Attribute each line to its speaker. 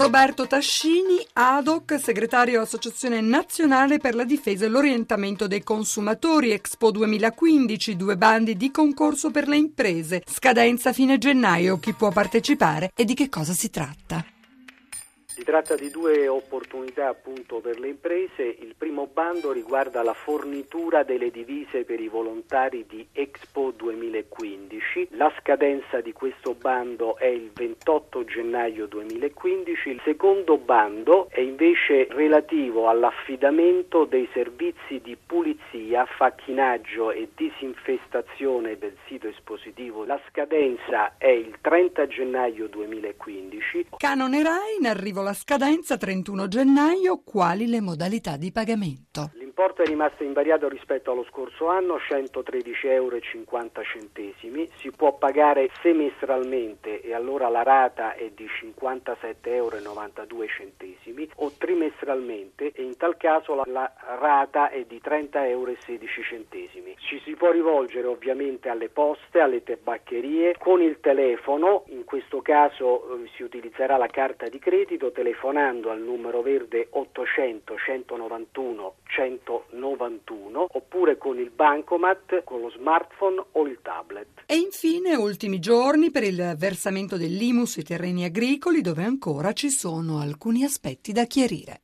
Speaker 1: Roberto Tascini, ADOC, segretario Associazione Nazionale per la Difesa e l'Orientamento dei Consumatori, Expo 2015, 2 bandi di concorso per le imprese, scadenza fine gennaio, chi può partecipare e di che cosa si tratta?
Speaker 2: Si tratta di 2 opportunità appunto per le imprese. Il primo bando riguarda la fornitura delle divise per i volontari di Expo 2015. La scadenza di questo bando è il 28 gennaio 2015. Il secondo bando è invece relativo all'affidamento dei servizi di pulizia, facchinaggio e disinfestazione del sito espositivo. La scadenza è il 30 gennaio 2015.
Speaker 1: Canone Rai, in arrivo la scadenza 31 gennaio, quali le modalità di pagamento?
Speaker 2: L'importo è rimasto invariato rispetto allo scorso anno, 113,50 euro. Si può pagare semestralmente e allora la rata è di 57,92 euro o trimestralmente e in tal caso la rata è di 30,16 euro. Ci si può rivolgere ovviamente alle poste, alle tabaccherie, con il telefono. In questo caso si utilizzerà la carta di credito telefonando al numero verde 800 191 191 oppure con il bancomat, con lo smartphone o il tablet.
Speaker 1: E infine ultimi giorni per il versamento dell'IMU sui terreni agricoli, dove ancora ci sono alcuni aspetti da chiarire.